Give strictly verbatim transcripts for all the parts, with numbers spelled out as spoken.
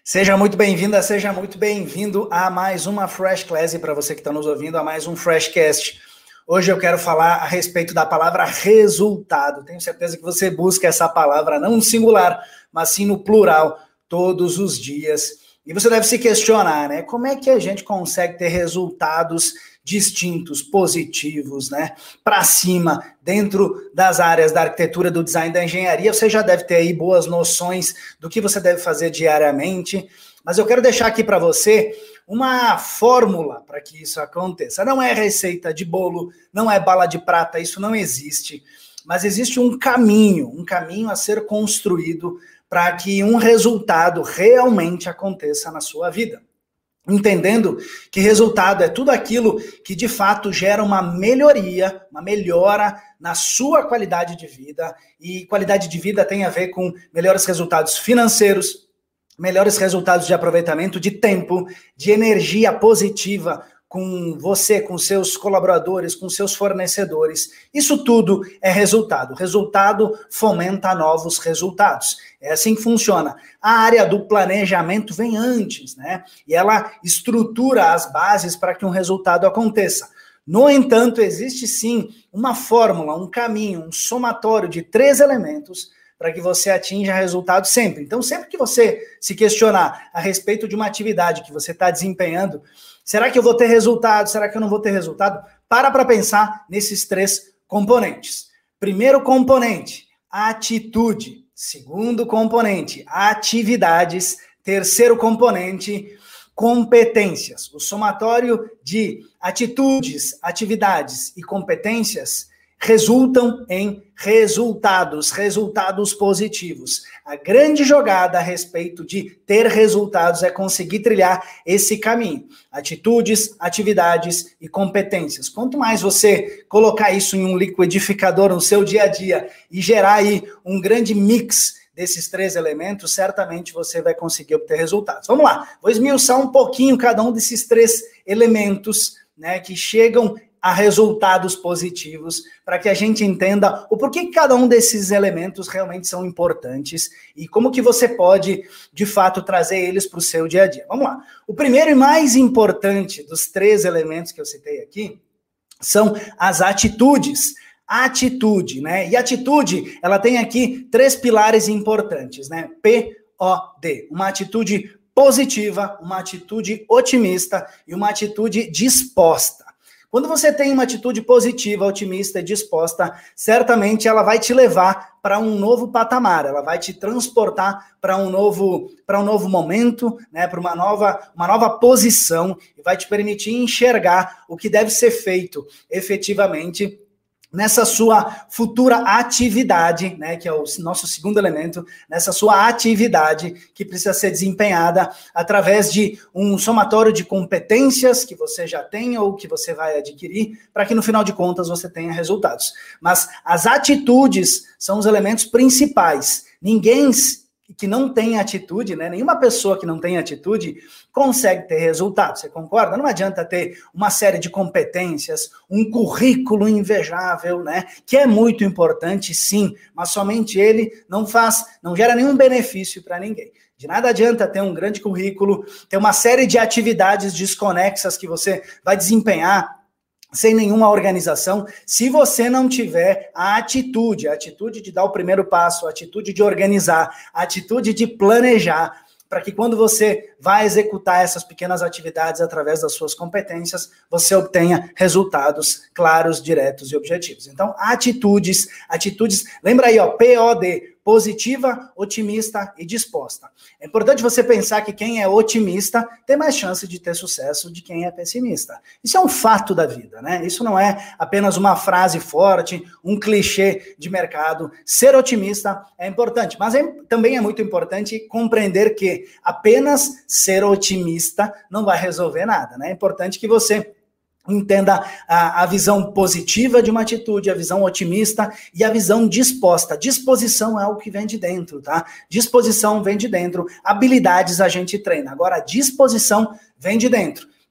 Seja muito bem-vinda, seja muito bem-vindo a mais uma Fresh Class e para você que está nos ouvindo, a mais um Freshcast. Hoje eu quero falar a respeito da palavra resultado. Tenho certeza que você busca essa palavra não no singular, mas sim no plural, todos os dias. E você deve se questionar, né? Como é que a gente consegue ter resultados distintos, positivos, né? Para cima, dentro das áreas da arquitetura, do design, da engenharia, você já deve ter aí boas noções do que você deve fazer diariamente. Mas eu quero deixar aqui para você uma fórmula para que isso aconteça. Não é receita de bolo, não é bala de prata, isso não existe. Mas existe um caminho, um caminho a ser construído para que um resultado realmente aconteça na sua vida. Entendendo que resultado é tudo aquilo que de fato gera uma melhoria, uma melhora na sua qualidade de vida. E qualidade de vida tem a ver com melhores resultados financeiros, melhores resultados de aproveitamento de tempo, de energia positiva com você, com seus colaboradores, com seus fornecedores. Isso tudo é resultado. Resultado fomenta novos resultados. É assim que funciona. A área do planejamento vem antes, né? E ela estrutura as bases para que um resultado aconteça. No entanto, existe sim uma fórmula, um caminho, um somatório de três elementos para que você atinja resultado sempre. Então, sempre que você se questionar a respeito de uma atividade que você está desempenhando, será que eu vou ter resultado? Será que eu não vou ter resultado? Para para pensar nesses três componentes. Primeiro componente, atitude. Segundo componente, atividades. Terceiro componente, competências. O somatório de atitudes, atividades e competências resultam em resultados, resultados positivos. A grande jogada a respeito de ter resultados é conseguir trilhar esse caminho. Atitudes, atividades e competências. Quanto mais você colocar isso em um liquidificador no seu dia a dia e gerar aí um grande mix desses três elementos, certamente você vai conseguir obter resultados. Vamos lá, vou esmiuçar um pouquinho cada um desses três elementos, né, que chegam a resultados positivos, para que a gente entenda o porquê que cada um desses elementos realmente são importantes e como que você pode, de fato, trazer eles para o seu dia a dia. Vamos lá. O primeiro e mais importante dos três elementos que eu citei aqui são as atitudes. Atitude, né? E atitude, ela tem aqui três pilares importantes, né? P O D. Uma atitude positiva, uma atitude otimista e uma atitude disposta. Quando você tem uma atitude positiva, otimista e disposta, certamente ela vai te levar para um novo patamar, ela vai te transportar para um novo, para um novo momento, né, para uma nova, uma nova posição e vai te permitir enxergar o que deve ser feito efetivamente nessa sua futura atividade, né, que é o nosso segundo elemento, nessa sua atividade que precisa ser desempenhada através de um somatório de competências que você já tem ou que você vai adquirir, para que no final de contas você tenha resultados. Mas as atitudes são os elementos principais. Ninguém que não tem atitude, né, nenhuma pessoa que não tem atitude consegue ter resultado, você concorda? Não adianta ter uma série de competências, um currículo invejável, né, que é muito importante sim, mas somente ele não faz, não gera nenhum benefício para ninguém. De nada adianta ter um grande currículo, ter uma série de atividades desconexas que você vai desempenhar sem nenhuma organização, se você não tiver a atitude, a atitude de dar o primeiro passo, a atitude de organizar, a atitude de planejar, para que quando você vai executar essas pequenas atividades através das suas competências, você obtenha resultados claros, diretos e objetivos. Então, atitudes, atitudes, lembra aí, ó, P O D, positiva, otimista e disposta. É importante você pensar que quem é otimista tem mais chance de ter sucesso de quem é pessimista. Isso é um fato da vida, né? Isso não é apenas uma frase forte, um clichê de mercado. Ser otimista é importante, mas é, também é muito importante compreender que apenas ser otimista não vai resolver nada, né? É importante que você entenda a, a visão positiva de uma atitude, a visão otimista e a visão disposta. Disposição é algo que vem de dentro, tá? Disposição vem de dentro. Habilidades a gente treina. Agora, a disposição vem de dentro.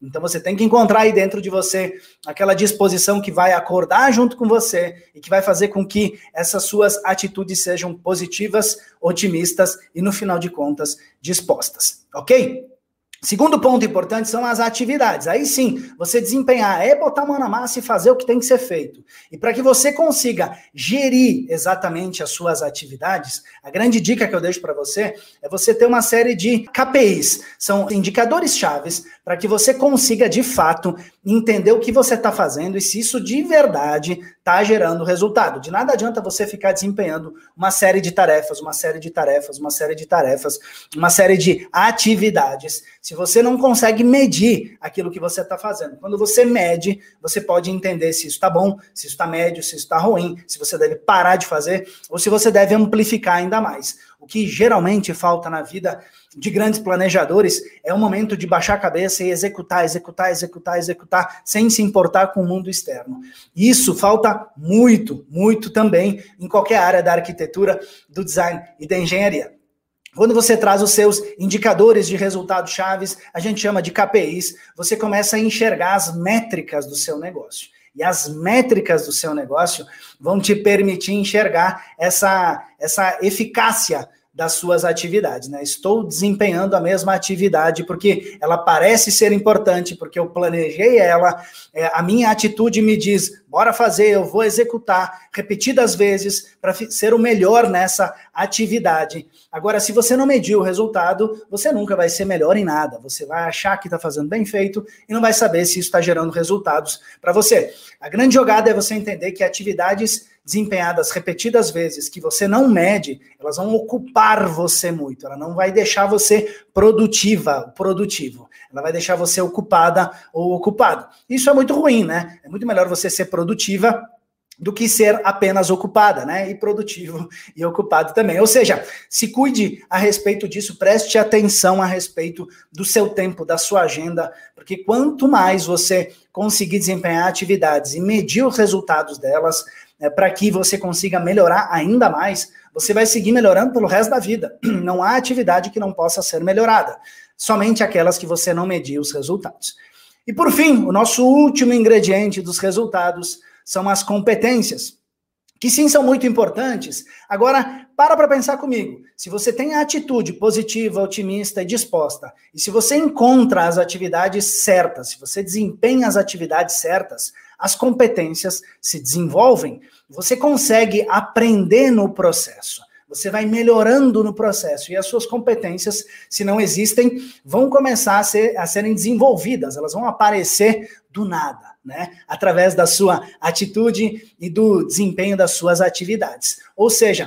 Então você tem que encontrar aí dentro de você aquela disposição que vai acordar junto com você e que vai fazer com que essas suas atitudes sejam positivas, otimistas e, no final de contas, dispostas, ok? Segundo ponto importante são as atividades. Aí sim, você desempenhar, é botar a mão na massa e fazer o que tem que ser feito. E para que você consiga gerir exatamente as suas atividades, a grande dica que eu deixo para você é você ter uma série de K P Is. São indicadores chaves para que você consiga, de fato, entender o que você está fazendo e se isso de verdade está gerando resultado. De nada adianta você ficar desempenhando uma série de tarefas, uma série de tarefas, uma série de tarefas, uma série de atividades, se você não consegue medir aquilo que você está fazendo. Quando você mede, você pode entender se isso está bom, se isso está médio, se isso está ruim, se você deve parar de fazer ou se você deve amplificar ainda mais. O que geralmente falta na vida de grandes planejadores é o momento de baixar a cabeça e executar, executar, executar, executar, sem se importar com o mundo externo. Isso falta muito, muito também em qualquer área da arquitetura, do design e da engenharia. Quando você traz os seus indicadores de resultados chaves, a gente chama de K P Is, você começa a enxergar as métricas do seu negócio. E as métricas do seu negócio vão te permitir enxergar essa, essa eficácia das suas atividades, né? Estou desempenhando a mesma atividade porque ela parece ser importante, porque eu planejei ela, é, a minha atitude me diz, bora fazer, eu vou executar repetidas vezes para ser o melhor nessa atividade. Agora, se você não medir o resultado, você nunca vai ser melhor em nada. Você vai achar que está fazendo bem feito e não vai saber se isso está gerando resultados para você. A grande jogada é você entender que atividades desempenhadas repetidas vezes, que você não mede, elas vão ocupar você muito. Ela não vai deixar você produtiva, produtivo. Ela vai deixar você ocupada ou ocupado. Isso é muito ruim, né? É muito melhor você ser produtiva do que ser apenas ocupada, né? E produtivo e ocupado também. Ou seja, se cuide a respeito disso, preste atenção a respeito do seu tempo, da sua agenda, porque quanto mais você conseguir desempenhar atividades e medir os resultados delas, é, para que você consiga melhorar ainda mais, você vai seguir melhorando pelo resto da vida. Não há atividade que não possa ser melhorada, somente aquelas que você não medir os resultados. E por fim, o nosso último ingrediente dos resultados são as competências, que sim são muito importantes. Agora, para para pensar comigo. Se você tem a atitude positiva, otimista e disposta, e se você encontra as atividades certas, se você desempenha as atividades certas, as competências se desenvolvem, você consegue aprender no processo. Você vai melhorando no processo e as suas competências, se não existem, vão começar a, ser, a serem desenvolvidas, elas vão aparecer do nada, né? Através da sua atitude e do desempenho das suas atividades. Ou seja,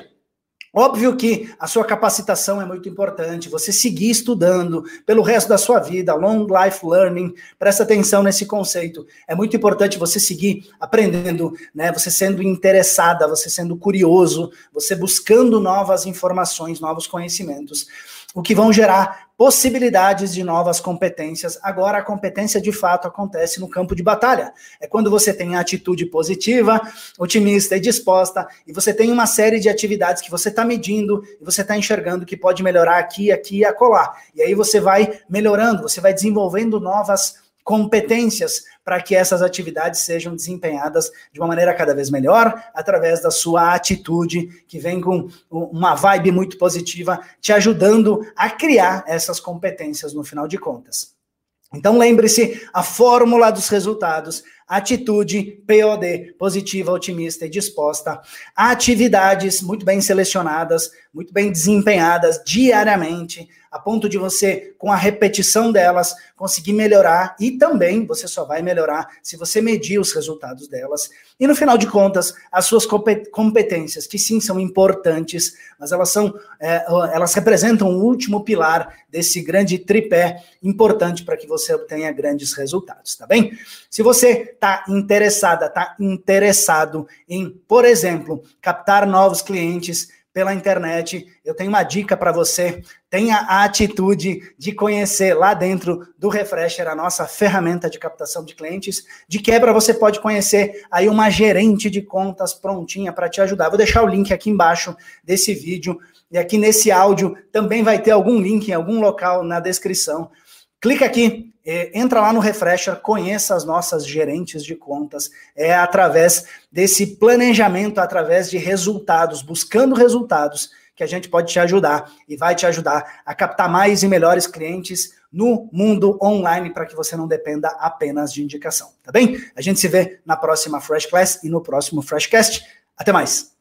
óbvio que a sua capacitação é muito importante, você seguir estudando pelo resto da sua vida, long life learning, presta atenção nesse conceito. É muito importante você seguir aprendendo, né? Você sendo interessada, você sendo curioso, você buscando novas informações, novos conhecimentos, o que vão gerar possibilidades de novas competências. Agora, a competência de fato acontece no campo de batalha. É quando você tem a atitude positiva, otimista e disposta, e você tem uma série de atividades que você está medindo, e você está enxergando que pode melhorar aqui, aqui e acolá. E aí você vai melhorando, você vai desenvolvendo novas competências para que essas atividades sejam desempenhadas de uma maneira cada vez melhor, através da sua atitude, que vem com uma vibe muito positiva, te ajudando a criar essas competências no final de contas. Então lembre-se, a fórmula dos resultados: atitude, P O D, positiva, otimista e disposta, atividades muito bem selecionadas, muito bem desempenhadas diariamente, a ponto de você, com a repetição delas, conseguir melhorar, e também você só vai melhorar se você medir os resultados delas. E no final de contas, as suas competências, que sim são importantes, mas elas são, é, elas representam o último pilar desse grande tripé importante para que você obtenha grandes resultados, tá bem? Se você está interessada, está interessado em, por exemplo, captar novos clientes pela internet, eu tenho uma dica para você: tenha a atitude de conhecer lá dentro do Refresher a nossa ferramenta de captação de clientes. De quebra, você pode conhecer aí uma gerente de contas prontinha para te ajudar. Vou deixar o link aqui embaixo desse vídeo, e aqui nesse áudio também vai ter algum link em algum local na descrição. clica aqui, entra lá no Refresher, conheça as nossas gerentes de contas. É através desse planejamento, através de resultados, buscando resultados, que a gente pode te ajudar e vai te ajudar a captar mais e melhores clientes no mundo online para que você não dependa apenas de indicação, tá bem? A gente se vê na próxima Fresh Class e no próximo Freshcast. Até mais!